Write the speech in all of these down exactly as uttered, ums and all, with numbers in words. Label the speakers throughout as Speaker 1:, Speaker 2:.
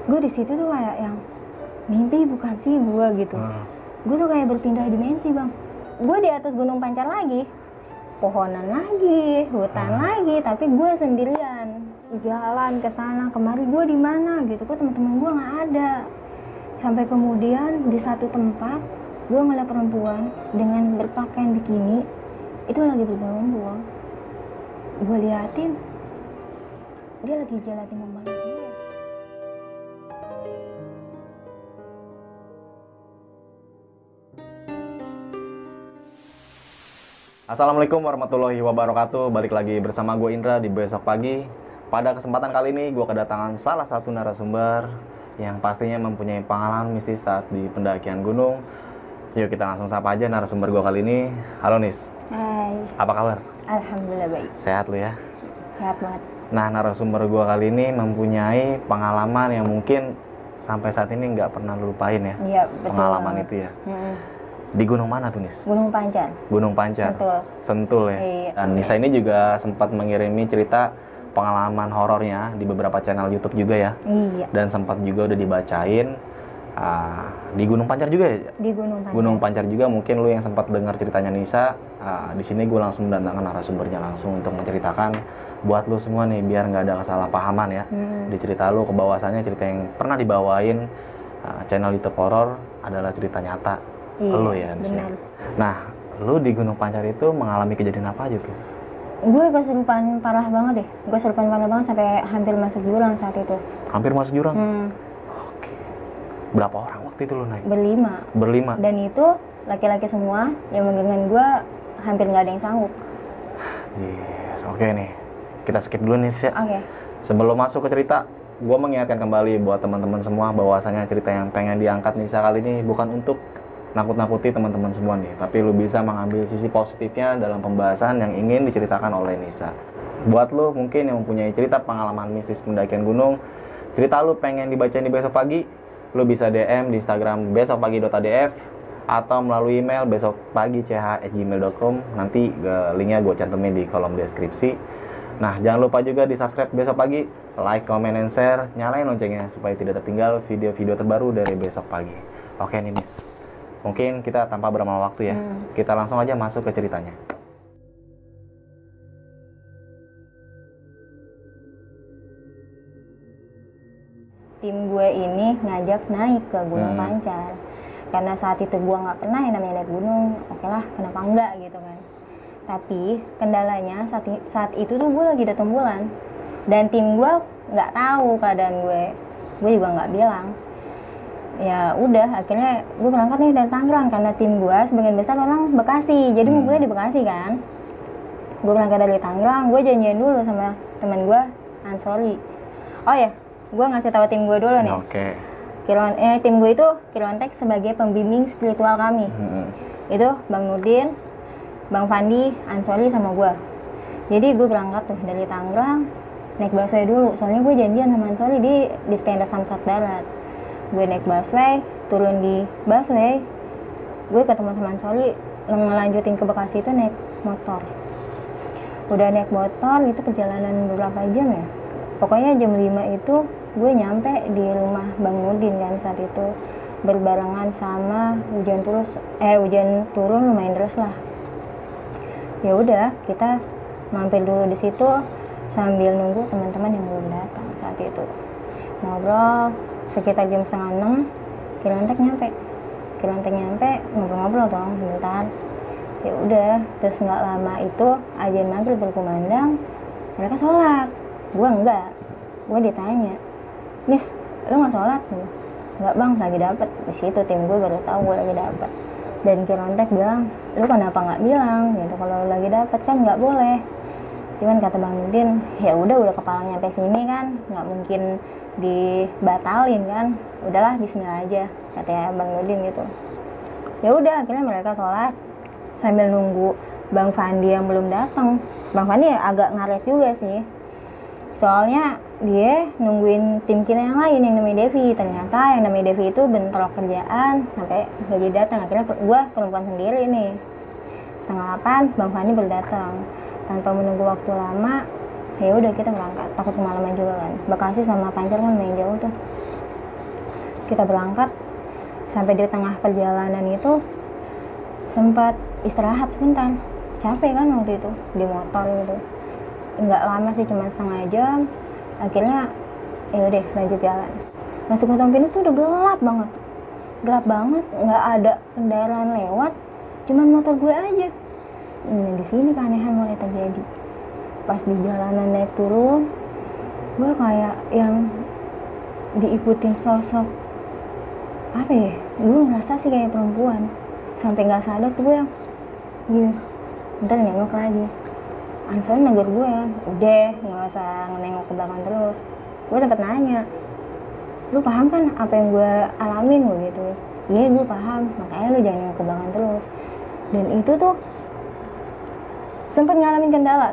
Speaker 1: gue di situ tuh kayak yang mimpi bukan sih gue gitu. Hmm. Gue tuh kayak berpindah dimensi bang. Gue di atas Gunung Pancar lagi, pohonan lagi, hutan hmm. lagi, tapi gue sendirian jalan ke sana kemari. Gue di mana gitu, kok teman-teman gue nggak ada. Sampai kemudian di satu tempat gue ngeliat perempuan dengan berpakaian bikini itu lagi bergerombol. Gue liatin dia lagi jelatin membalas gue.
Speaker 2: Assalamualaikum warahmatullahi wabarakatuh. Balik lagi bersama gue Indra di Besok Pagi. Pada kesempatan kali ini gue kedatangan salah satu narasumber yang pastinya mempunyai pengalaman mistis saat di pendakian gunung. Yuk kita langsung sapa aja narasumber gue kali ini. Halo Nis.
Speaker 1: Hai.
Speaker 2: Apa kabar?
Speaker 1: Alhamdulillah baik.
Speaker 2: Sehat lu ya?
Speaker 1: Sehat banget.
Speaker 2: Nah, narasumber gue kali ini mempunyai pengalaman yang mungkin sampai saat ini nggak pernah lu lupain ya.
Speaker 1: Iya, betul.
Speaker 2: Pengalaman itu ya.
Speaker 1: Hmm.
Speaker 2: Di gunung mana tuh Nis?
Speaker 1: Gunung Pancar.
Speaker 2: Gunung Pancar.
Speaker 1: Sentul.
Speaker 2: Sentul ya.
Speaker 1: Iya.
Speaker 2: Dan Nisa ini juga sempat mengirimi cerita pengalaman horornya di beberapa channel YouTube juga ya.
Speaker 1: Iya.
Speaker 2: Dan sempat juga udah dibacain uh, di Gunung Pancar juga ya.
Speaker 1: Di Gunung Pancar.
Speaker 2: Gunung Pancar juga mungkin lu yang sempat dengar ceritanya Nisa. Uh, di sini gue langsung mendatangkan narasumbernya langsung untuk menceritakan buat lu semua nih biar nggak ada kesalahpahaman ya. Hmm. Di cerita lu kebawasannya cerita yang pernah dibawain uh, channel YouTube horor adalah cerita nyata.
Speaker 1: Iya,
Speaker 2: lu ya, benar. Nah, lu di Gunung Pancar itu mengalami kejadian apa aja tuh?
Speaker 1: Gue kesurupan parah banget deh. Gue kesurupan parah banget sampai hampir masuk jurang saat itu.
Speaker 2: Hampir masuk jurang?
Speaker 1: Hmm.
Speaker 2: Oke. Berapa orang waktu itu lu naik?
Speaker 1: Berlima.
Speaker 2: Berlima?
Speaker 1: Dan itu laki-laki semua yang menggenggam gue hampir nggak ada yang sanggup.
Speaker 2: Yes. Oke nih, kita skip dulu nih sih.
Speaker 1: Oke.
Speaker 2: Sebelum masuk ke cerita, gue mengingatkan kembali buat teman-teman semua bahwasanya cerita yang pengen diangkat Nisa kali ini bukan untuk nakut-nakuti teman-teman semua nih, tapi lu bisa mengambil sisi positifnya dalam pembahasan yang ingin diceritakan oleh Nisa. Buat lu mungkin yang mempunyai cerita pengalaman mistis pendakian gunung, cerita lu pengen dibacain di Besok Pagi, lu bisa D M di Instagram besok pagi dot a d f atau melalui email besok pagi c h at gmail dot com. Nanti linknya gue cantumin di kolom deskripsi. Nah, jangan lupa juga di subscribe Besok Pagi, like, comment, and share, nyalain loncengnya supaya tidak tertinggal video-video terbaru dari Besok Pagi. Oke nih Nis, mungkin kita tanpa berlama waktu ya, hmm. kita langsung aja masuk ke ceritanya.
Speaker 1: Tim gue ini ngajak naik ke Gunung hmm. Pancar. Karena saat itu gue nggak pernah yang namanya naik gunung, oke lah, kenapa enggak gitu kan. Tapi kendalanya saat, saat itu tuh gue lagi datang bulan. Dan tim gue nggak tahu keadaan gue, gue juga nggak bilang. Ya udah, akhirnya gue berangkat nih dari Tangerang karena tim gue sebagian besar orang Bekasi, jadi hmm. mobilnya di Bekasi kan. Gue berangkat dari Tangerang, gue janjian dulu sama teman gue Ansori. Oh ya, gue ngasih tahu tim gue dulu nih.
Speaker 2: Oke. Okay.
Speaker 1: Kilon, eh tim gue itu Kilontek sebagai pembimbing spiritual kami. Hmm. Itu Bang Nurdin, Bang Fandi, Ansori sama gue. Jadi gue berangkat tuh dari Tangerang naik busway dulu, soalnya gue janjian sama Ansori di di stand Samsat Darat. Gue naik busway, turun di busway, gue ketemu sama Ansori ngelanjutin ke Bekasi itu naik motor. Udah naik motor itu perjalanan beberapa jam ya, pokoknya jam lima itu gue nyampe di rumah Bang Nurdin kan saat itu, berbarengan sama hujan terus eh hujan turun lumayan deras lah. Ya udah, kita mampir dulu di situ sambil nunggu teman-teman yang belum datang saat itu. Ngobrol sekitar jam setengah enam, Kilontek nyampe. Kilontek nyampe, ngobrol-ngobrol dong sebentar. Ya udah, terus nggak lama itu azan maghrib berkumandang, mereka sholat. Gua enggak. Gua ditanya, Nis, lu nggak sholat? Nggak bang, lagi dapet. Di situ tim gue baru tahu gue lagi dapet. Dan Kilontek bilang, lu kenapa nggak bilang? Gitu, kalau lagi dapet kan nggak boleh. Cuman kata Bang Nurdin, ya udah udah kepala nyampe sini kan, nggak mungkin dibatalin kan, udahlah Bismillah aja katanya Bang Nurdin gitu. Ya udah akhirnya mereka sholat sambil nunggu Bang Fandi yang belum datang. Bang Fandi agak ngaret juga sih, soalnya dia nungguin tim kita yang lain yang namanya Devi. Ternyata yang namanya Devi itu bentrok kerjaan sampai gak jadi datang. Akhirnya gue perempuan sendiri nih. Setengah delapan Bang Fandi baru datang. Tanpa menunggu waktu lama, ya udah kita berangkat. Takut kemalaman juga kan. Bekasi sama Pancar kan main jauh tuh. kita berangkat. Sampai di tengah perjalanan itu sempat istirahat sebentar, capek kan waktu itu di motor gitu. Nggak lama sih, cuma setengah jam. Akhirnya ya udah lanjut jalan. Masuk ke Tampines tuh udah gelap banget, gelap banget, nggak ada kendaraan lewat, cuman motor gue aja. Nah, di sini keanehan mulai terjadi. Pas di jalanan naik turun, gue kayak yang diikutin sosok apa ya, gue ngerasa sih kayak perempuan. Sampai nggak sadar tuh gue yang gitu, ntar nengok lagi. Ansel negur gue ya, udah nggak usah nengok ke belakang terus. Gue sempet nanya, lu paham kan apa yang gue alamin gue gitu. Iya gue paham, makanya lu jangan nengok ke belakang terus. Dan itu tuh sempet ngalamin kendala.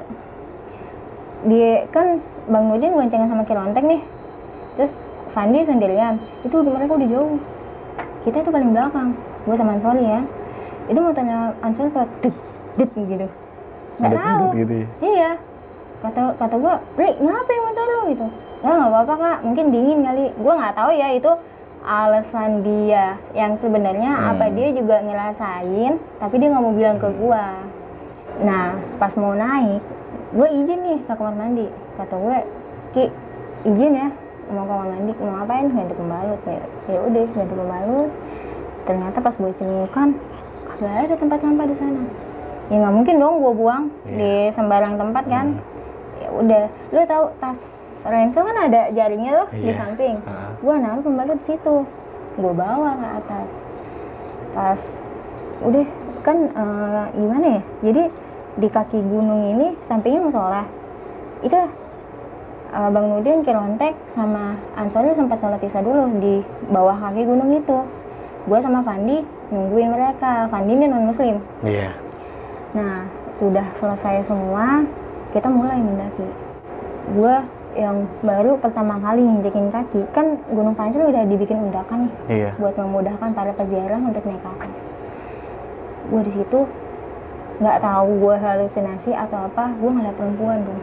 Speaker 1: Dia kan Bang Nudin goncengan sama Kilontek nih, terus Fandi sendirian. Itu mereka udah jauh, kita itu paling belakang. Gue sama Ansoli ya, itu motornya Ansoli kayak dit dit gitu, nggak tahu gitu ya? Iya, kata kata gue, Li ngapain motor lu gitu? Ya nggak apa-apa kak, mungkin dingin kali. Gue nggak tahu ya itu alasan dia yang sebenarnya hmm. apa dia juga ngerasain, tapi dia nggak mau bilang ke gue. Nah pas mau naik, gue izin nih ke kamar mandi. Kata gue, Ki izin ya mau ke kamar mandi, mau ngapain? Ganti pembalut ya. Ya udah ganti pembalut. Ternyata pas gue cengukan, kagak ada tempat sampah di sana. Ya nggak mungkin dong gue buang yeah. di sembarang tempat kan. Hmm. Ya udah, lu tahu tas ransel kan ada jaringnya tuh yeah. di samping. Uh. Gue naruh pembalut di situ, gue bawa ke atas. Pas udah kan uh, gimana ya? Jadi di kaki gunung ini sampingnya musola. Itu uh, Bang Nudin, Kilontek sama Ansoli sempat sholat isya dulu di bawah kaki gunung itu. Gue sama Fandi nungguin mereka. Fandi ini non muslim. Iya. Yeah. Nah sudah selesai semua, kita mulai mendaki. Gue yang baru pertama kali nginjekin kaki, kan Gunung Pancer udah dibikin undakan nih, yeah. buat memudahkan para peziarah untuk naik ke atas. Gue di situ nggak tahu gue halusinasi atau apa, gue ngeliat perempuan dong.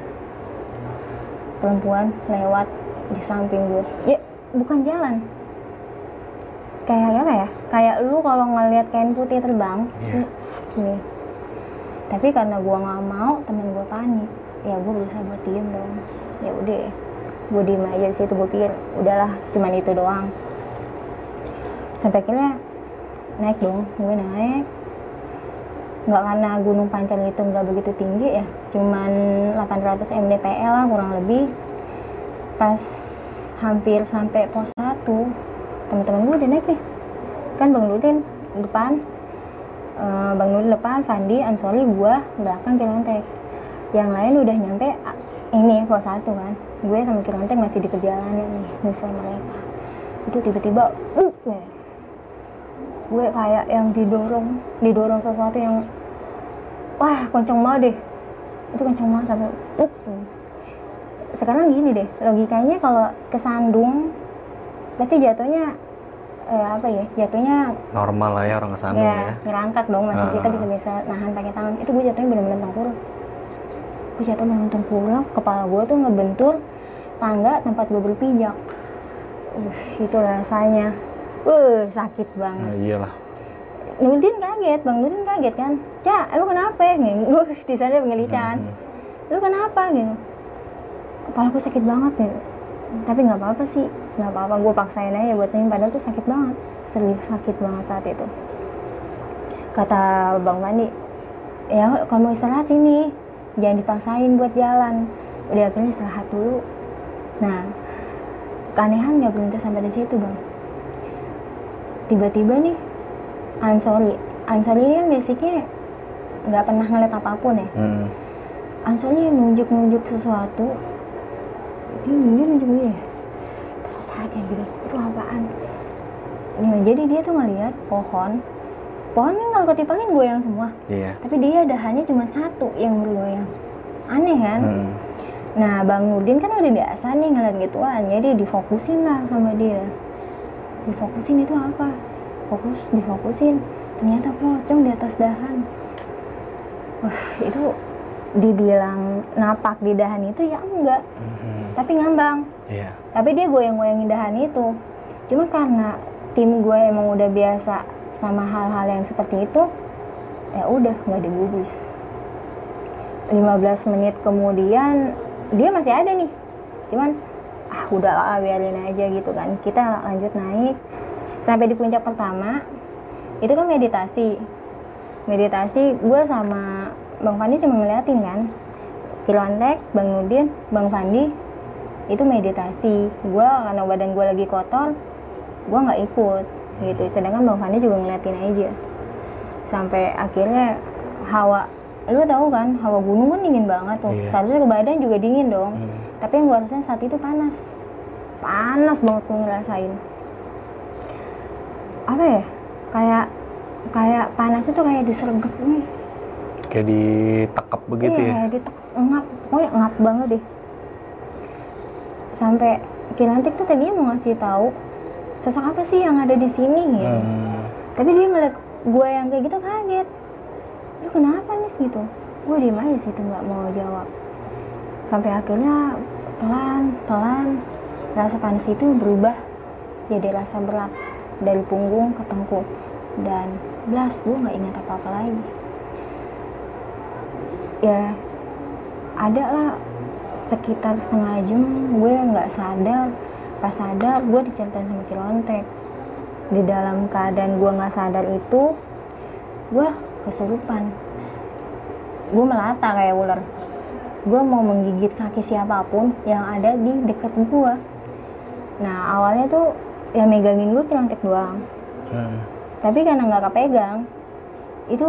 Speaker 1: Perempuan lewat di samping gue. Ya bukan jalan. Kayak apa ya? Kayak lu kalau ngeliat kain putih terbang, yeah. nih. Tapi karena gue nggak mau, temen gue panik, ya gue berusaha buat diem dong. Ya udah, gue diem aja di situ. Gue pikir udahlah, cuman itu doang. Sampai akhirnya naik dong, gue naik. Nggak karena Gunung Pancer itu nggak begitu tinggi ya, cuman delapan ratus mdpl lah kurang lebih. Pas hampir sampai pos satu, teman-teman gue udah naik nih, kan Bang Nudin depan, uh, Bang Nudin depan, Fandi, Ansoli, gue belakang, Kilontek. Yang lain udah nyampe ini pos satu kan, gue sama Kilontek masih di perjalanan nih nyusul mereka. Itu tiba-tiba uh, gue kayak yang didorong didorong sesuatu yang wah kenceng banget deh, itu kenceng banget sampai uh. Sekarang gini deh logikanya, kalau kesandung pasti jatuhnya eh, apa ya, jatuhnya
Speaker 2: normal lah ya, orang kesandung ya, ya.
Speaker 1: Ngerangkat dong, masih uh. kita bisa-bisa nahan pakai tangan. Itu gue jatuhnya bener-bener tengkurap. Gue jatuh bener-bener tengkurap, kepala gue tuh ngebentur tangga tempat gue berpijak. Uh, itu rasanya uh sakit banget.
Speaker 2: Nah, iyalah.
Speaker 1: Nudin kaget, Bang Nudin kaget kan, Ca, lu kenapa ya? Gue di sana pengelican, hmm. lu kenapa gitu? Kepala gue sakit banget ya. Tapi nggak apa-apa sih, nggak apa-apa, gue paksain aja buat senyum, padahal tuh sakit banget, serius sakit banget saat itu. Kata Bang Fandi, ya kalau mau istirahat sini, jangan dipaksain buat jalan. Udah akhirnya istirahat dulu. Nah, keanehan nggak berhenti sampai di situ bang. Tiba-tiba nih, Ansoli, Ansoli ini kan basicnya nggak pernah ngeliat apapun ya. Hmm. Ansoli nunjuk-nunjuk sesuatu. Ini dia nunjuk dia. Itu apaan ya gitu? Itu apaan? Ya, jadi dia tuh ngeliat pohon. Pohon kan kalau ketipangin goyang semua. Iya. Tapi dia ada hanya cuma satu yang bergoyang. Aneh kan? Hmm. Nah, Bang Nudin kan udah biasa nih ngeliat gituan, jadi difokusin lah sama dia. Difokusin itu apa? Fokus, difokusin. Ternyata pocong di atas dahan. Wah, itu dibilang napak di dahan itu ya enggak. Mm-hmm. Tapi ngambang. Iya. Tapi dia goyang-goyangin dahan itu. Cuma karena tim gue emang udah biasa sama hal-hal yang seperti itu, ya udah nggak digubris. lima belas menit kemudian dia masih ada nih, cuman ah udahlah biarin aja gitu kan. Kita lanjut naik sampai di puncak pertama. Itu kan meditasi meditasi gue sama Bang Fandi cuma ngeliatin kan. Kilontek, Bang Nudin, Bang Fandi itu meditasi. Gue karena badan gue lagi kotor, gue nggak ikut gitu. Sedangkan Bang Fandi juga ngeliatin aja. Sampai akhirnya hawa, lu tahu kan, hawa gunung kan dingin banget tuh.
Speaker 2: Iya.
Speaker 1: Seharusnya ke badan juga dingin dong.
Speaker 2: Hmm.
Speaker 1: Tapi yang gue rasain saat itu panas, panas banget gue ngerasain. Apa ya? Kayak kayak panas itu kayak disergap nih.
Speaker 2: Kayak ditekap begitu
Speaker 1: iya,
Speaker 2: ya?
Speaker 1: Iya, ditek, ngap, pokoknya ngap banget deh. Sampai Kilantik tuh tadinya mau ngasih tahu sosok apa sih yang ada di sini gitu.
Speaker 2: Hmm.
Speaker 1: Tapi dia ngeliat gue yang kayak gitu kaget. Lu kenapa nih gitu? Gue diem aja situ nggak mau jawab. Sampai akhirnya pelan-pelan rasa panas itu berubah jadi rasa berat dari punggung ke tengkuk. Dan blas, gue nggak ingat apa-apa lagi. Ya ada lah sekitar setengah jam gue nggak sadar. Pas sadar gue diceritain sama Kilontek. Di dalam keadaan gue nggak sadar itu, gue kesurupan. Gue melata kayak ular. Gue mau menggigit kaki siapapun yang ada di dekat gue. Nah awalnya tuh yang megangin gue Kilontek doang. Hmm. Tapi karena nggak kepegang, itu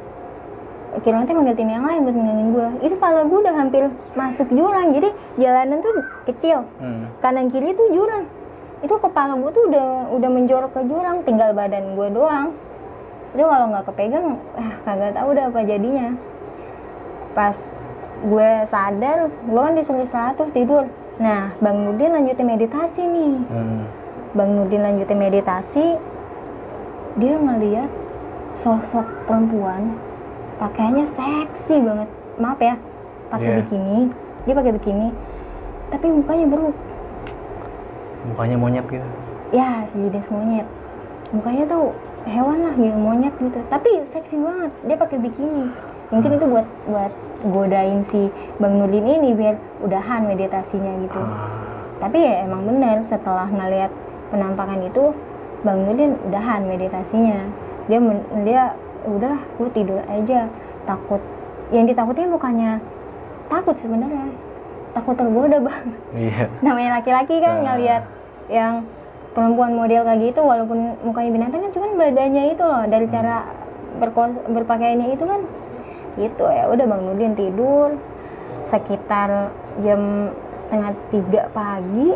Speaker 1: Kilontek manggil tim yang lain buat megangin gue. Itu kepala gue udah hampir masuk jurang. Jadi jalanan tuh kecil, hmm. kanan kiri tuh jurang. Itu kepala gue tuh udah udah menjorok ke jurang, tinggal badan gue doang. Itu kalau nggak kepegang, ah kagak tahu udah apa jadinya. Pas gue sadar, gue kan disuruh istirahat terus tidur. Nah, Bang Nudin lanjutin meditasi nih. Hmm. Bang Nudin lanjutin meditasi, dia ngeliat sosok perempuan, pakaiannya seksi banget. Maaf ya, pakai yeah. bikini. Dia pakai bikini, tapi mukanya beruk.
Speaker 2: Mukanya monyet gitu?
Speaker 1: Ya, sejenis monyet. Mukanya tuh hewan lah gitu, monyet gitu. Tapi seksi banget. Dia pakai bikini. Mungkin hmm. itu buat buat godain si Bang Nudin ini biar udahan meditasinya gitu. Ah. Tapi ya emang bener, setelah ngeliat penampakan itu, Bang Nudin udahan meditasinya. Dia dia udah, gue tidur aja. Takut. Yang ditakutin bukannya takut sebenarnya, takut tergoda Bang. Iya. Namanya laki-laki kan nah. ngeliat yang perempuan model kayak gitu, walaupun mukanya binatang kan, cuman badannya itu loh, dari cara berko- berpakaiannya itu kan gitu ya. Udah Bang Nudin tidur. Sekitar jam setengah tiga pagi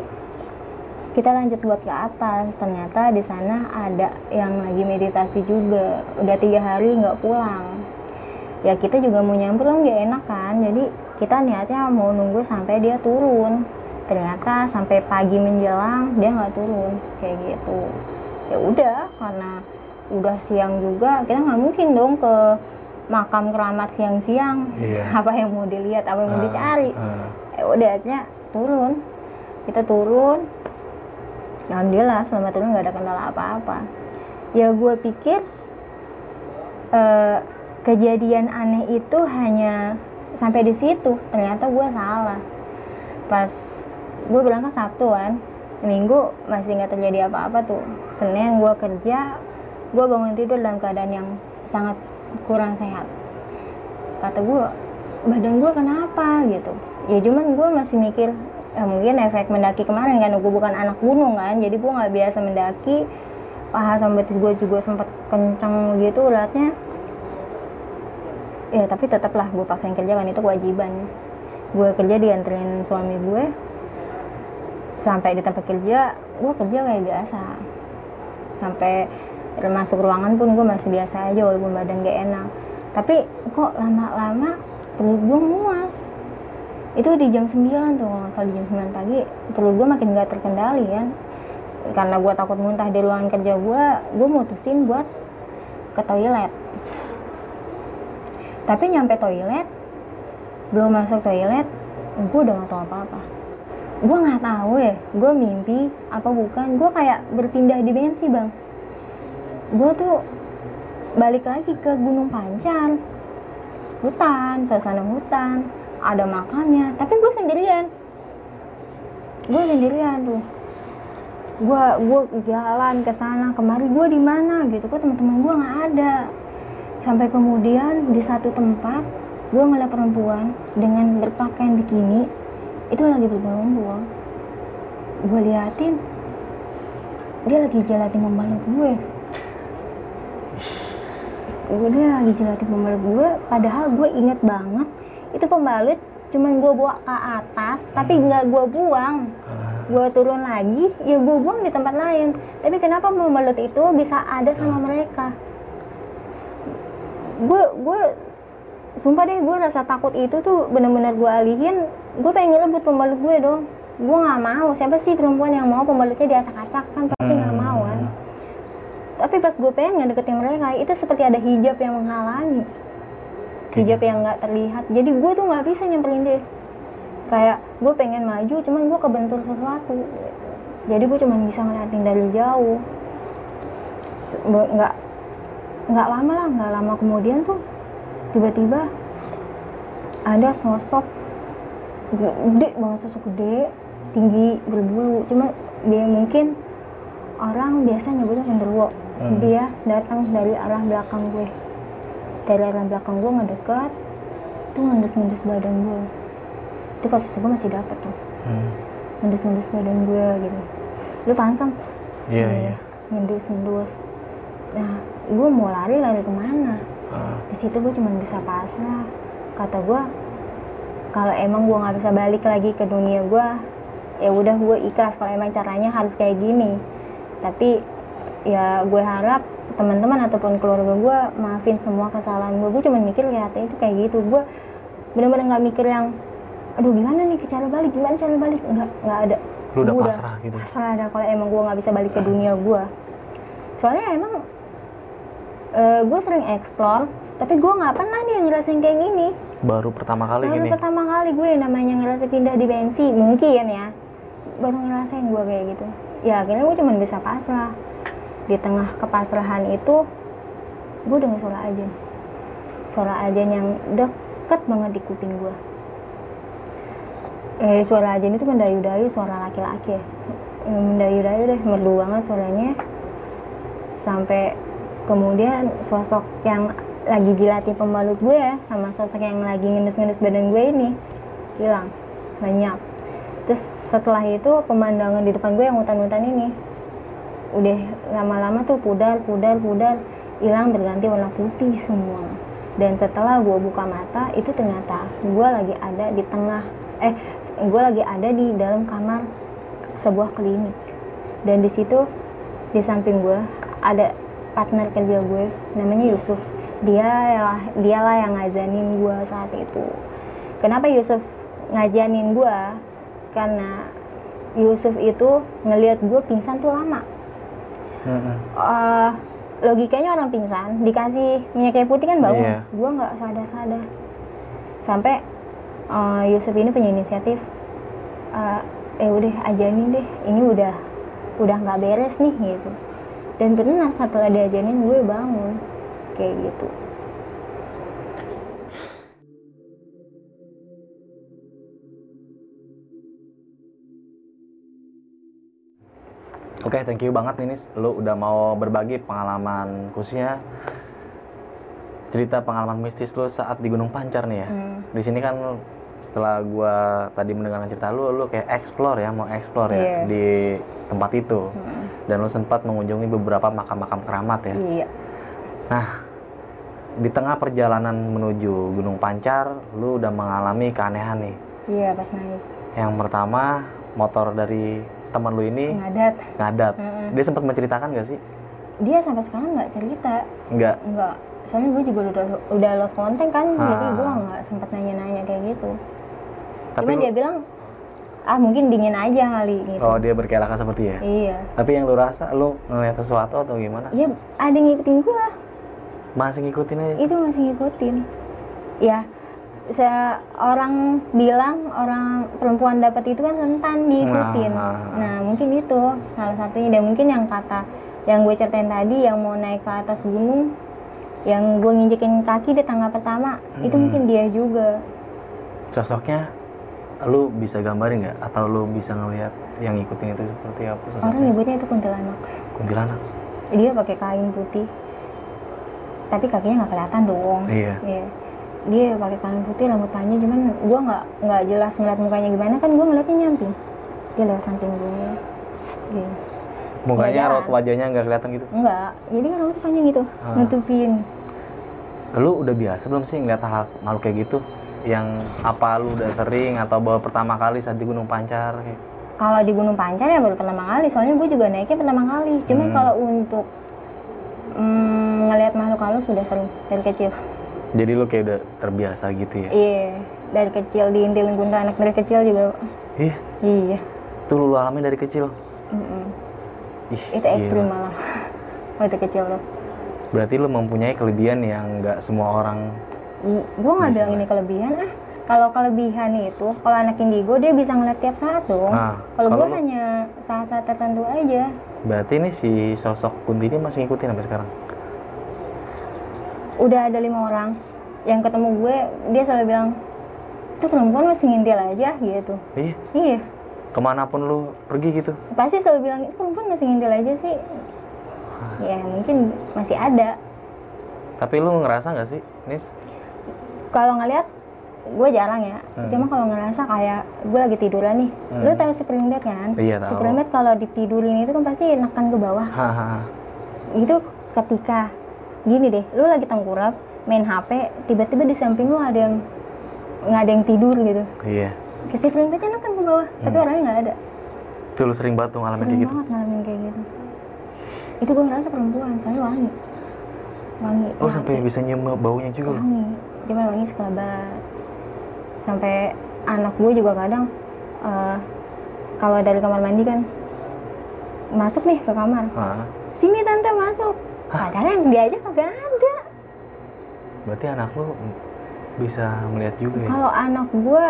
Speaker 1: kita lanjut buat ke atas. Ternyata di sana ada yang lagi meditasi juga, udah tiga hari nggak pulang. Ya kita juga mau nyamper kan nggak enak kan, jadi kita niatnya mau nunggu sampai dia turun. Ternyata sampai pagi menjelang dia nggak turun kayak gitu. Ya udah, karena udah siang juga, kita nggak mungkin dong ke makam keramat siang-siang. Iya. Apa yang mau dilihat, apa yang uh, mau dicari. Uh. Ya udah, akhirnya turun. Kita turun. Alhamdulillah selama turun nggak ada kendala apa-apa. Ya gue pikir uh, kejadian aneh itu hanya sampai di situ. Ternyata gue salah. Pas gue berangkat Sabtu kan, Minggu masih nggak terjadi apa-apa tuh. Senin gue kerja, gue bangun tidur dalam keadaan yang sangat kurang sehat. Kata gue, badan gue kenapa gitu. Ya cuman gue masih mikir, ya mungkin efek mendaki kemarin kan, gue bukan anak gunung kan, jadi gue nggak biasa mendaki. Paha sama betis gue juga sempat kencang gitu ulatnya. Ya tapi tetaplah gue paksain kerja kan, itu kewajiban. Gue kerja dianterin suami gue. Sampai di tempat kerja, gue kerja kayak biasa. Sampai masuk ruangan pun gue masih biasa aja walaupun badan gak enak. Tapi kok lama-lama perut gue mual. Itu di jam sembilan tuh, kalau nggak salah di jam sembilan pagi, perut gue makin gak terkendali kan. Karena gue takut muntah di ruangan kerja gue, gue mutusin buat ke toilet. Tapi nyampe toilet, belum masuk toilet, gue udah gak tahu apa-apa. gue nggak tahu ya, gue mimpi apa bukan, gue kayak berpindah dimensi bang. Gue tuh balik lagi ke Gunung Pancar, hutan, suasana hutan, ada makamnya, tapi gue sendirian. Gue sendirian tuh. Gue gue jalan ke sana kemari, gue di mana gitu, kok teman-teman gue nggak ada. Sampai kemudian di satu tempat gue ngeliat perempuan dengan berpakaian bikini itu lagi bergelombol. Gue liatin, dia lagi jelatin pembalut gue. Dia lagi jelatin pembalut gue, padahal gue inget banget itu pembalut cuman gue bawa ke atas, tapi nggak gue buang. Gue turun lagi, ya gue buang di tempat lain. Tapi kenapa pembalut itu bisa ada sama mereka? Gue, gue, sumpah deh, gue rasa takut itu tuh bener-bener gue alihin. Gue pengen ngerebut pembalut gue dong. Gue nggak mau. Siapa sih perempuan yang mau pembalutnya diacak-acak? Kan pasti nggak mau kan. Tapi pas gue pengen ngedeketin mereka, itu seperti ada hijab yang menghalangi, hijab yang nggak terlihat. Jadi gue tuh nggak bisa nyamperin dia. Kayak gue pengen maju, cuman gue kebentur sesuatu. Jadi gue cuma bisa ngeliatin dari jauh. Nggak nggak lama lah, nggak lama kemudian tuh tiba-tiba ada sosok gede banget, sosok gede, tinggi, berbulu. Cuma dia mungkin orang biasa nyebutnya genderuwo. Hmm. Dia datang dari arah belakang gue, dari arah belakang gue ngedekat, tuh ngendus-ngendus badan gue. Itu posisi gue masih dapet tuh, hmm. ngendus-ngendus badan gue gitu. Lu paham kan?
Speaker 2: Iya, yeah, iya. Yeah.
Speaker 1: Ngendus-ngendus. Nah, gue mau lari lari kemana? Uh. Di situ gue cuma bisa pasrah. Kata gue, kalau emang gue nggak bisa balik lagi ke dunia gue, ya udah gue ikhlas. Kalau emang caranya harus kayak gini. Tapi ya gue harap teman-teman ataupun keluarga gue maafin semua kesalahan gue. Gue cuma mikir ya itu kayak gitu. Gue benar-benar nggak mikir yang aduh gimana nih cara balik, gimana cara balik, nggak nggak ada.
Speaker 2: Lu udah
Speaker 1: gua
Speaker 2: pasrah gitu.
Speaker 1: Pasrah ada kalau emang gue nggak bisa balik ke dunia gue. Soalnya emang uh, gue sering explore, tapi gue nggak pernah nih ngerasain kayak gini.
Speaker 2: Baru pertama kali
Speaker 1: Baru
Speaker 2: gini.
Speaker 1: Baru pertama kali gue namanya ngerasa pindah dimensi, mungkin ya. Baru ngerasain gue kayak gitu. Ya akhirnya gue cuma bisa pasrah. Di tengah kepasrahan itu gue denger suara ajan, suara ajan yang deket banget di kuping gue. Eh suara ajan itu mendayu-dayu, suara laki-laki ya, mendayu-dayu deh, merdu banget suaranya. Sampai kemudian sosok yang lagi jilatin pembalut gue ya, sama sosok yang lagi ngendus-ngendus badan gue ini hilang, lenyap. Terus setelah itu pemandangan di depan gue yang hutan-hutan ini udah lama-lama tuh pudar, pudar, pudar, hilang, berganti warna putih semua. Dan setelah gue buka mata, itu ternyata gue lagi ada di tengah, eh gue lagi ada di dalam kamar sebuah klinik. Dan di situ di samping gue ada partner kerja gue, namanya Yusuf. Dia lah, dialah yang ngajanin gue saat itu. Kenapa Yusuf ngajanin gue? Karena Yusuf itu ngelihat gue pingsan tuh lama. Mm-hmm. Uh, logikanya orang pingsan dikasih minyak kayu putih kan bangun. Yeah. Gue nggak sadar-sadar sampai uh, Yusuf ini punya inisiatif. Uh, eh udah ajanin deh, ini udah udah nggak beres nih gitu. Dan benar setelah diajanin gue bangun kayak gitu.
Speaker 2: Oke, okay, thank you banget Ninis, lu udah mau berbagi pengalaman khususnya cerita pengalaman mistis lu saat di Gunung Pancar nih ya. Hmm. Di sini kan setelah gua tadi mendengarkan cerita lu, lu kayak explore ya, mau explore ya yeah. di tempat itu. Hmm. Dan lu sempat mengunjungi beberapa makam-makam keramat ya. Iya. Yeah. Nah, di tengah perjalanan menuju Gunung Pancar, lu udah mengalami keanehan nih.
Speaker 1: Iya, yeah, pas naik.
Speaker 2: Yang pertama, motor dari teman lu ini
Speaker 1: ngadat.
Speaker 2: Ngadat. Mm-hmm. Dia sempat menceritakan gak sih?
Speaker 1: Dia sampai sekarang nggak cerita.
Speaker 2: Nggak.
Speaker 1: Nggak. Soalnya gue juga udah udah lost kontak kan, ha. Jadi gue nggak sempat nanya-nanya kayak gitu. Tapi cuma lu... dia bilang, ah mungkin dingin aja kali gitu.
Speaker 2: Oh dia berkelakar seperti ya?
Speaker 1: Iya.
Speaker 2: Tapi yang lu rasa, lu ngeliat sesuatu atau gimana?
Speaker 1: Iya, ada ngikutin gue.
Speaker 2: Masih ngikutin aja?
Speaker 1: Itu masih ngikutin. Ya, seorang bilang orang perempuan dapat itu kan rentan diikutin.
Speaker 2: Nah.
Speaker 1: Nah mungkin itu salah satunya, dan mungkin yang kata yang gue ceritain tadi yang mau naik ke atas gunung, yang gue nginjekin kaki di tangga pertama, hmm. itu mungkin dia juga.
Speaker 2: Sosoknya lu bisa gambarin nggak, atau lu bisa ngelihat yang ngikutin itu seperti apa sosoknya?
Speaker 1: Orang nyebutnya itu kuntilanak.
Speaker 2: Kuntilanak?
Speaker 1: Dia pakai kain putih, tapi kakinya nggak kelihatan dong.
Speaker 2: Iya.
Speaker 1: Iya. Dia pakai kain putih, rambut panjang, cuman gue nggak nggak jelas ngeliat mukanya gimana, kan gue ngeliatnya nyamping. Dia lewat samping gue. Gitu.
Speaker 2: Mukanya, raut wajahnya nggak kelihatan gitu?
Speaker 1: Enggak, jadi kan rambut panjang gitu, ah. nutupin.
Speaker 2: Lu udah biasa belum sih ngeliat hal makhluk kayak gitu? Yang apa lu udah sering atau baru pertama kali saat di Gunung Pancar?
Speaker 1: Kalau di Gunung Pancar ya baru pertama kali, soalnya gue juga naiknya pertama kali. Cuman hmm. kalau untuk mm, ngelihat makhluk halus sudah sering dari kecil.
Speaker 2: Jadi lu kayak udah terbiasa gitu ya?
Speaker 1: Iya, dari kecil diintilin kuntilanak dari kecil juga.
Speaker 2: Iya?
Speaker 1: Iya.
Speaker 2: Itu lu alami dari kecil?
Speaker 1: Mm-mm.
Speaker 2: Ih,
Speaker 1: itu ekstrim malah waktu kecil loh.
Speaker 2: Berarti lu mempunyai kelebihan yang nggak semua orang.
Speaker 1: Gue nggak bilang ini kelebihan ah. Kalau kelebihan itu, kalau anak indigo dia bisa ngeliat tiap saat dong. Nah, kalau gue hanya saat-saat tertentu aja.
Speaker 2: Berarti ini si sosok Kunti ini masih ngikutin sampai sekarang?
Speaker 1: Udah ada lima orang yang ketemu gue, dia selalu bilang itu perempuan masih ngintil aja gitu.
Speaker 2: Iya?
Speaker 1: Iya.
Speaker 2: Kemanapun lu pergi gitu?
Speaker 1: Pasti selalu bilang itu perempuan masih ngintil aja sih. Hah. Ya mungkin masih ada. Tapi
Speaker 2: lu ngerasa nggak sih, Nis?
Speaker 1: Kalau ngeliat gue jarang ya, hmm. cuma kalau ngerasa kayak gue lagi tiduran nih, hmm. lu tahu spring bed kan?
Speaker 2: Iya tahu.
Speaker 1: Spring bed kalau ditidurin itu kan pasti nekan ke bawah.
Speaker 2: Haha.
Speaker 1: Itu ketika gini deh, lu lagi tengkurap main H P, tiba-tiba di samping lu ada yang nggak ada yang tidur gitu.
Speaker 2: Iya.
Speaker 1: Ke spring bednya nekan ke bawah, hmm. tapi orangnya nggak ada.
Speaker 2: Itu lu sering banget tuh ngalamin kayak gitu?
Speaker 1: Sering banget ngalamin kayak gitu. Itu gue ngerasa perempuan, soalnya wangi. Wangi.
Speaker 2: Oh ya, sampai bisa nyium baunya juga?
Speaker 1: Wangi, cuman wangi sekelebat. Sampai anak gue juga kadang uh, kalau dari kamar mandi kan masuk nih ke kamar,
Speaker 2: ha?
Speaker 1: Sini tante masuk. Hah? Padahal yang diajak kagak ada.
Speaker 2: Berarti anak lu bisa melihat juga ya?
Speaker 1: Kalau anak gue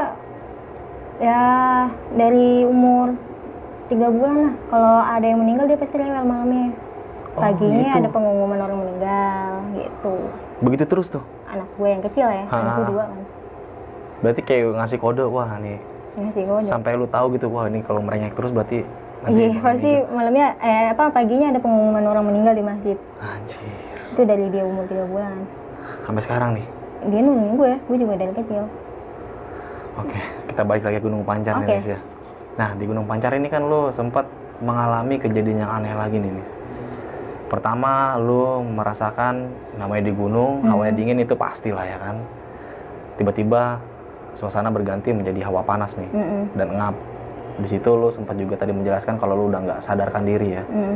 Speaker 1: ya dari umur tiga bulan lah. Kalau ada yang meninggal dia pasti rewel malamnya. Paginya oh, gitu. Ada pengumuman orang meninggal gitu.
Speaker 2: Begitu terus tuh? Anak
Speaker 1: gue yang kecil ya, ha? Anak gue dua kan.
Speaker 2: Berarti kayak ngasih kode, wah nih.
Speaker 1: Ngasih kode.
Speaker 2: Sampai lu tahu gitu, wah ini kalau merengek terus berarti.
Speaker 1: Iya, pasti gitu. Malamnya eh apa paginya ada pengumuman orang meninggal di masjid.
Speaker 2: Anjir.
Speaker 1: Itu dari dia umur tiga bulan.
Speaker 2: Sampai sekarang nih.
Speaker 1: Dia nungguin gue, gue juga dari kecil.
Speaker 2: Oke, kita balik lagi ke Gunung Pancar okay. nih, Nis ya. Nah, di Gunung Pancar ini kan lu sempat mengalami kejadian yang aneh lagi nih, Nis. Pertama, lu merasakan namanya di gunung, hmm. hawanya dingin itu pastilah ya kan. Tiba-tiba suasana berganti menjadi hawa panas nih, mm-mm. dan ngap. Di situ lu sempat juga tadi menjelaskan kalau lu udah nggak sadarkan diri ya. Mm.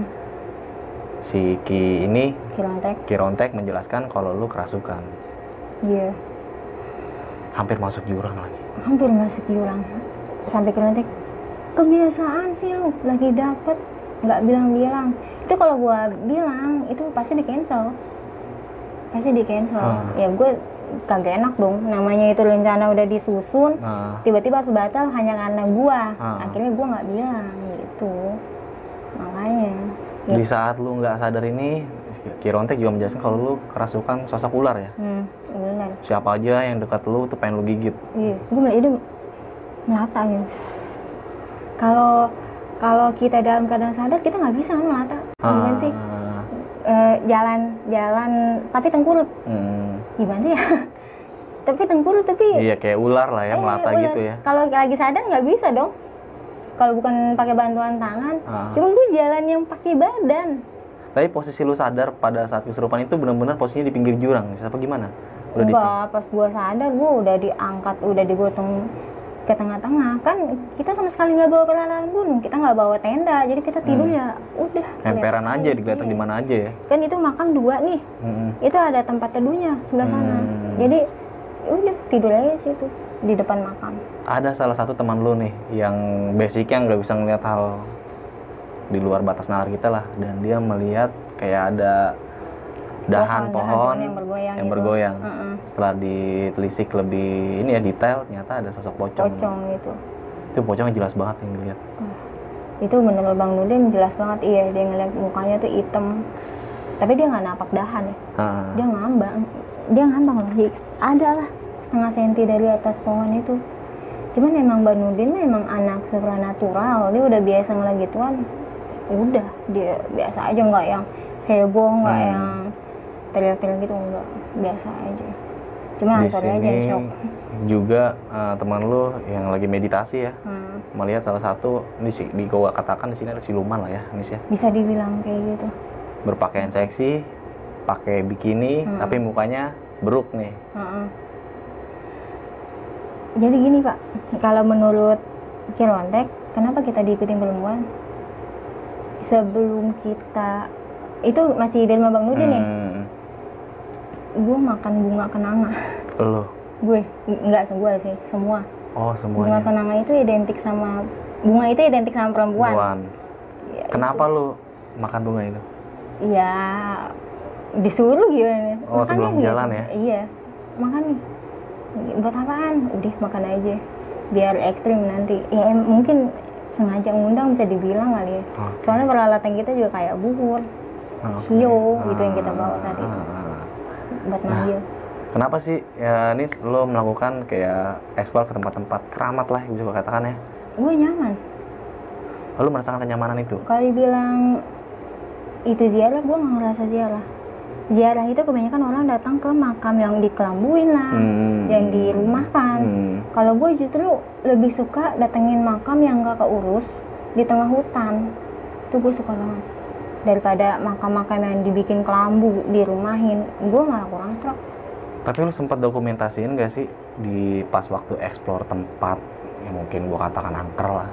Speaker 2: Si Ki ini,
Speaker 1: Kirontek.
Speaker 2: Kirontek menjelaskan kalau lu kerasukan.
Speaker 1: Iya. Yeah.
Speaker 2: Hampir masuk jurang lagi.
Speaker 1: Hampir masuk jurang. Sampai Kirontek, kebiasaan sih lu lagi dapet, nggak bilang-bilang. Itu kalau gua bilang itu pasti di cancel. Pasti di cancel. Hmm. Ya gue kagak enak dong, namanya itu rencana udah disusun, nah. tiba-tiba harus batal hanya karena gua, nah. akhirnya gua nggak bilang gitu, makanya.
Speaker 2: Di ya. Saat lu nggak sadar ini, Kirontek juga menjelaskan kalau lu kerasukan sosok ular ya.
Speaker 1: Hmm, ular.
Speaker 2: Siapa aja yang dekat lu tuh pengen lu gigit.
Speaker 1: Iya, gua mulai itu melata ya. Kalau kalau kita dalam keadaan sadar kita nggak bisa kan melata, gimana sih? Uh, jalan jalan tapi tengkurap. Hmm. Gimana ya? Tapi tengkurap tapi
Speaker 2: iya kayak ular lah ya, eh, melata ular. Gitu ya.
Speaker 1: Kalau lagi sadar nggak bisa dong. Kalau bukan pakai bantuan tangan, ah. cuma gue jalan yang pakai badan.
Speaker 2: Tapi posisi lu sadar pada saat kesurupan itu benar-benar posisinya di pinggir jurang, siapa gimana? Udah
Speaker 1: Enggak, pas gue sadar gue udah diangkat, udah digotong ke tengah-tengah. Kan kita sama sekali nggak bawa peralatan gunung, kita nggak bawa tenda, jadi kita tidur hmm. ya udah.
Speaker 2: Emperan aja, digeletak di mana aja ya.
Speaker 1: Kan itu makam dua nih, hmm. itu ada tempat teduhnya sebelah hmm. sana. Jadi udah tidur aja situ di depan makam.
Speaker 2: Ada salah satu teman lu nih yang basicnya nggak bisa ngeliat hal di luar batas nalar kita lah, dan dia melihat kayak ada dahan pohon,
Speaker 1: yang bergoyang,
Speaker 2: yang
Speaker 1: gitu.
Speaker 2: bergoyang.
Speaker 1: Uh-uh.
Speaker 2: Setelah ditelisik lebih ini ya detail, ternyata ada sosok pocong.
Speaker 1: Pocong gitu.
Speaker 2: Itu pocongnya jelas banget yang dilihat.
Speaker 1: Uh, itu menurut Bang Nudin jelas banget, iya, dia ngeliat mukanya tuh hitam. Tapi dia nggak napak dahan ya.
Speaker 2: Uh.
Speaker 1: Dia ngambang, dia ngambang loh. Ada lah setengah senti dari atas pohon itu. Cuman emang Bang Nudin memang anak supranatural, dia udah biasa ngeliat gituan. Udah, dia biasa aja, nggak yang heboh, nggak hmm. yang teriak-teriak gitu, enggak, biasa aja. Cuma Ansori aja yang shock.
Speaker 2: Juga uh, teman lu yang lagi meditasi ya,
Speaker 1: hmm.
Speaker 2: melihat salah satu ini sih di gua katakan di sini ada siluman lah ya, Nis ya.
Speaker 1: Bisa dibilang kayak gitu.
Speaker 2: Berpakaian seksi, pakai bikini, hmm. tapi mukanya beruk nih.
Speaker 1: Hmm. Jadi gini Pak, kalau menurut Kirontek, kenapa kita diikutin perempuan? Sebelum kita itu masih di rumah Bang Nudin hmm. ya, gue makan bunga kenanga.
Speaker 2: Lo?
Speaker 1: Gue nggak semua sih, semua.
Speaker 2: Oh semuanya.
Speaker 1: Bunga kenanga itu identik sama bunga itu identik sama perempuan.
Speaker 2: Ya, kenapa itu. Lo makan bunga itu?
Speaker 1: Ya disuruh gimana?
Speaker 2: Oh
Speaker 1: makan
Speaker 2: sebelum
Speaker 1: gitu.
Speaker 2: Jalan ya?
Speaker 1: Iya, makan nih. Buat apaan? Udah makan aja, biar ekstrim nanti. Ya em, mungkin sengaja ngundang bisa dibilang kali ya. Okay. Soalnya peralatan kita juga kayak bubur. Okay. Hio gitu yang kita bawa saat itu buat manggil. Nah,
Speaker 2: kenapa sih ya Nis lo melakukan kayak eksplor ke tempat-tempat keramat lah bisa gue katakan ya?
Speaker 1: Gue nyaman.
Speaker 2: Lo merasakan kenyamanan itu?
Speaker 1: Kalau dibilang itu ziarah, gue nggak ngerasa ziarah. Ziarah itu kebanyakan orang datang ke makam yang dikelambuin lah, hmm. yang dirumahkan. Hmm. Kalau gue justru lebih suka datengin makam yang gak keurus di tengah hutan. Itu gue suka banget. Daripada makam-makam yang dibikin kelambu, dirumahin, gue malah kurang serap.
Speaker 2: Tapi lu sempat dokumentasiin gak sih di pas waktu eksplor tempat yang mungkin gue katakan angker lah?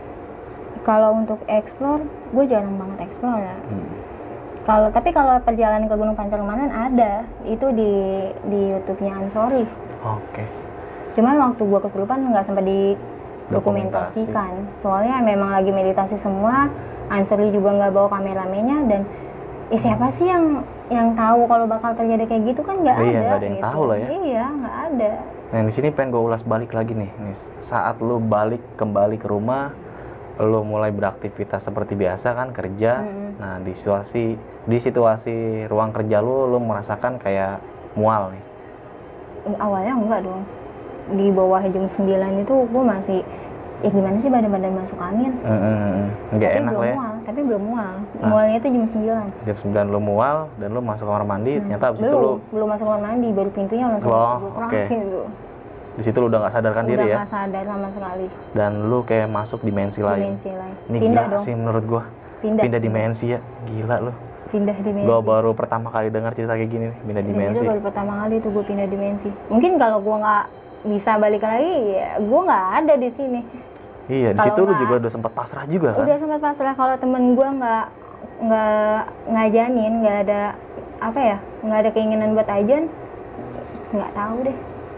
Speaker 1: Kalau untuk eksplor, gue jarang banget eksplor ya. Hmm. Kalau tapi kalau perjalanan ke Gunung Pancarmanan ada, itu di di YouTube-nya Ansori.
Speaker 2: Oke. Okay.
Speaker 1: Cuman waktu gue kesurupan nggak sempat didokumentasikan. Soalnya memang lagi meditasi semua. Ansori juga nggak bawa kameramennya dan ya siapa sih yang yang tahu kalau bakal terjadi kayak gitu kan nggak
Speaker 2: oh,
Speaker 1: ada.
Speaker 2: Iya nggak ada yang
Speaker 1: gitu.
Speaker 2: tahu lah ya.
Speaker 1: Iya nggak ada.
Speaker 2: Nah di sini pengen gue ulas balik lagi nih, Nis. Saat lu balik kembali ke rumah, lu mulai beraktivitas seperti biasa kan kerja. Hmm. Nah di situasi di situasi ruang kerja lu, lu merasakan kayak mual nih?
Speaker 1: Awalnya enggak dong. Di bawah jam sembilan itu gue masih ya gimana sih badan-badan masuk angin.
Speaker 2: Mm-hmm. Nggak enak lah ya.
Speaker 1: Mual, tapi belum mual. Nah, mualnya itu jam sembilan.
Speaker 2: Jam sembilan lu mual dan lu masuk kamar mandi, hmm. ternyata abis
Speaker 1: belum,
Speaker 2: itu lu
Speaker 1: belum masuk kamar mandi, baru pintunya langsung
Speaker 2: oh,
Speaker 1: buka
Speaker 2: okay.
Speaker 1: gitu.
Speaker 2: Di situ lu udah nggak sadarkan
Speaker 1: udah
Speaker 2: diri ya?
Speaker 1: Udah nggak sadar sama sekali.
Speaker 2: Dan lu kayak masuk dimensi,
Speaker 1: dimensi
Speaker 2: lain.
Speaker 1: Dimensi lain.
Speaker 2: Ini
Speaker 1: pindah
Speaker 2: gila
Speaker 1: dong.
Speaker 2: sih menurut gua.
Speaker 1: Pindah.
Speaker 2: Pindah dimensi ya, gila lu.
Speaker 1: Pindah dimensi.
Speaker 2: Gua baru pertama kali dengar cerita kayak gini nih, pindah
Speaker 1: Dan
Speaker 2: dimensi.
Speaker 1: Itu baru pertama kali tuh gua pindah dimensi. Mungkin kalau gua nggak bisa balik lagi, ya gua nggak ada di sini.
Speaker 2: Iya, di situ lu juga udah sempat pasrah juga kan?
Speaker 1: Udah sempat pasrah kalau temen gua nggak nggak ngajanin, nggak ada apa ya, nggak ada keinginan buat ajan, nggak tahu deh.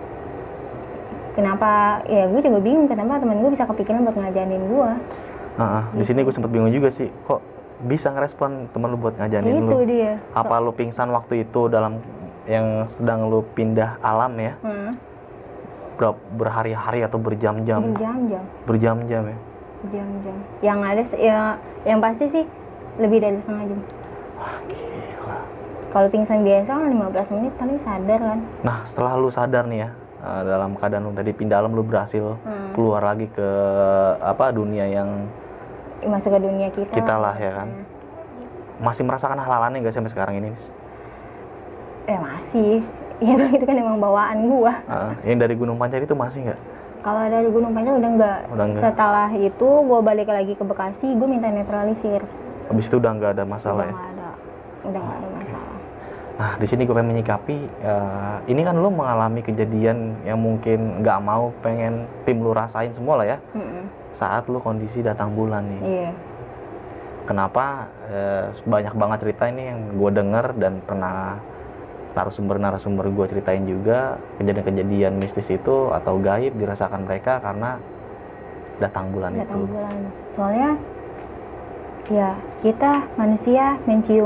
Speaker 1: Kenapa? Ya gue juga bingung kenapa temen gue bisa kepikiran buat ngajanin gua.
Speaker 2: Uh, di sini gue sempat bingung juga sih, kok bisa ngerespon temen lu buat ngajanin
Speaker 1: itu
Speaker 2: lu?
Speaker 1: Itu dia.
Speaker 2: Apa lu pingsan waktu itu dalam yang sedang lu pindah alam ya? Hmm. Berhari-hari atau berjam-jam?
Speaker 1: Berjam-jam.
Speaker 2: Berjam-jam ya?
Speaker 1: Berjam-jam. Yang ada ya, yang pasti sih lebih dari setengah jam.
Speaker 2: Wah gila.
Speaker 1: Kalau pingsan biasa kan lima belas menit paling sadar kan.
Speaker 2: Nah setelah lu sadar nih ya, dalam keadaan lu tadi pindah alam, lu berhasil hmm. keluar lagi ke apa dunia yang
Speaker 1: masuk ke dunia kita.
Speaker 2: Kita lah ya kan. Hmm. Masih merasakan hal-hal aneh nggak sampai sekarang ini?
Speaker 1: Eh masih. Ya itu kan emang bawaan gua.
Speaker 2: Uh, yang dari Gunung Pancar itu masih nggak?
Speaker 1: Kalau dari Gunung Pancar udah nggak.
Speaker 2: Udah enggak.
Speaker 1: Setelah itu gua balik lagi ke Bekasi, gua minta netralisir.
Speaker 2: Habis itu udah nggak ada masalah
Speaker 1: udah
Speaker 2: ya?
Speaker 1: Nggak ada, udah nggak ada masalah.
Speaker 2: Nah di sini gue pengen menyikapi, uh, ini kan lo mengalami kejadian yang mungkin nggak mau pengen tim lo rasain semua lah ya. Mm-mm. Saat lo kondisi datang bulan nih.
Speaker 1: Iya.
Speaker 2: Kenapa uh, banyak banget cerita ini yang gue denger dan pernah narasumber-narasumber gue ceritain juga kejadian-kejadian mistis itu atau gaib dirasakan mereka karena datang bulan
Speaker 1: datang
Speaker 2: itu.
Speaker 1: Bulan. Soalnya ya kita manusia mencium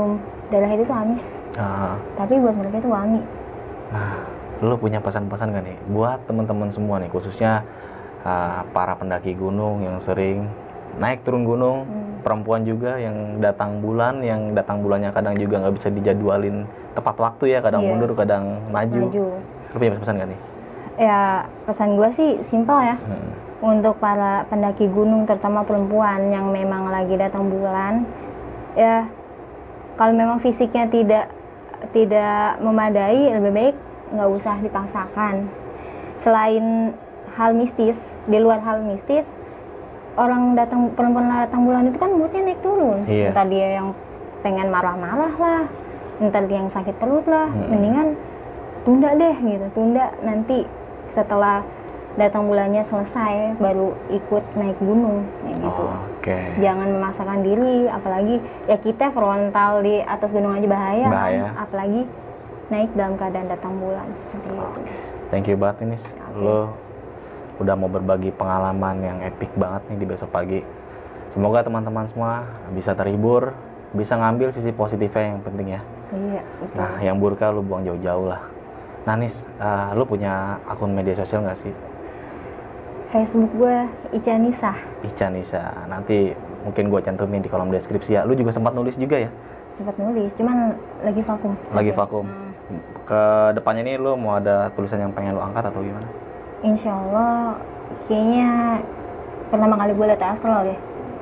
Speaker 1: darah itu tuh amis,
Speaker 2: Ah.
Speaker 1: tapi buat mereka itu wangi.
Speaker 2: Nah, lo punya pesan-pesan gak nih buat teman-teman semua nih, khususnya uh, para pendaki gunung yang sering naik turun gunung, hmm. perempuan juga yang datang bulan, yang datang bulannya kadang juga nggak bisa dijadwalin tepat waktu ya, kadang yeah. mundur, kadang maju. maju. Lo punya pesan gak nih?
Speaker 1: Ya, pesan gue sih simpel ya. Hmm. Untuk para pendaki gunung, terutama perempuan yang memang lagi datang bulan, ya kalau memang fisiknya tidak tidak memadai, lebih baik nggak usah dipaksakan. Selain hal mistis, di luar hal mistis, orang datang perempuan datang bulan itu kan moodnya naik turun. Iya. Entah dia yang pengen marah-marah lah, entah dia yang sakit perut lah, hmm. mendingan tunda deh gitu, tunda nanti setelah datang bulannya selesai baru ikut naik gunung kayak gitu.
Speaker 2: Oh, okay.
Speaker 1: Jangan memaksakan diri, apalagi ya kita frontal di atas gunung aja bahaya,
Speaker 2: bahaya.
Speaker 1: Kan? Apalagi naik dalam keadaan datang bulan seperti oh, itu.
Speaker 2: Thank you banget ini, okay. Lo udah mau berbagi pengalaman yang epic banget nih di Besok Pagi. Semoga teman-teman semua bisa terhibur, bisa ngambil sisi positifnya yang penting ya.
Speaker 1: Iya, betul.
Speaker 2: Nah, yang burka lu buang jauh-jauh lah. Nah, Nis, uh, lu punya akun media sosial nggak sih?
Speaker 1: Facebook gue Ica Nisa.
Speaker 2: Ica Nisa. Nanti mungkin gue cantumin di kolom deskripsi ya. Lu juga sempat nulis juga ya?
Speaker 1: Sempat nulis, cuman lagi vakum.
Speaker 2: Lagi vakum. Hmm. Ke depannya nih lu mau ada tulisan yang pengen lu angkat atau gimana?
Speaker 1: Insya Allah, kayaknya pertama kali gue liat astral deh.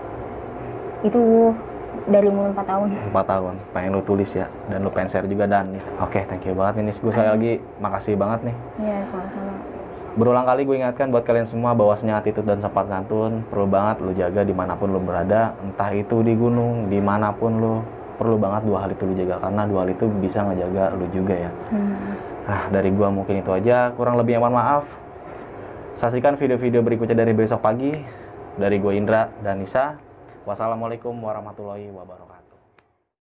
Speaker 1: Itu dari umur empat tahun.
Speaker 2: empat tahun, pengen lu tulis ya. Dan lu pengen share juga dan Nis. Oke, okay, thank you banget nih Nis. Gue sekali lagi makasih banget nih.
Speaker 1: Iya, sama-sama.
Speaker 2: Berulang kali gue ingatkan buat kalian semua bahwasanya attitude dan sopan santun perlu banget lu jaga dimanapun lu berada. Entah itu di gunung, dimanapun lu, perlu banget dua hal itu lu jaga. Karena dua hal itu bisa ngejaga lu juga ya. Hmm. Nah, dari gue mungkin itu aja. Kurang lebihnya mohon maaf. Saksikan video-video berikutnya dari Besok Pagi. Dari gue Indra dan Nisa. Wassalamualaikum warahmatullahi wabarakatuh.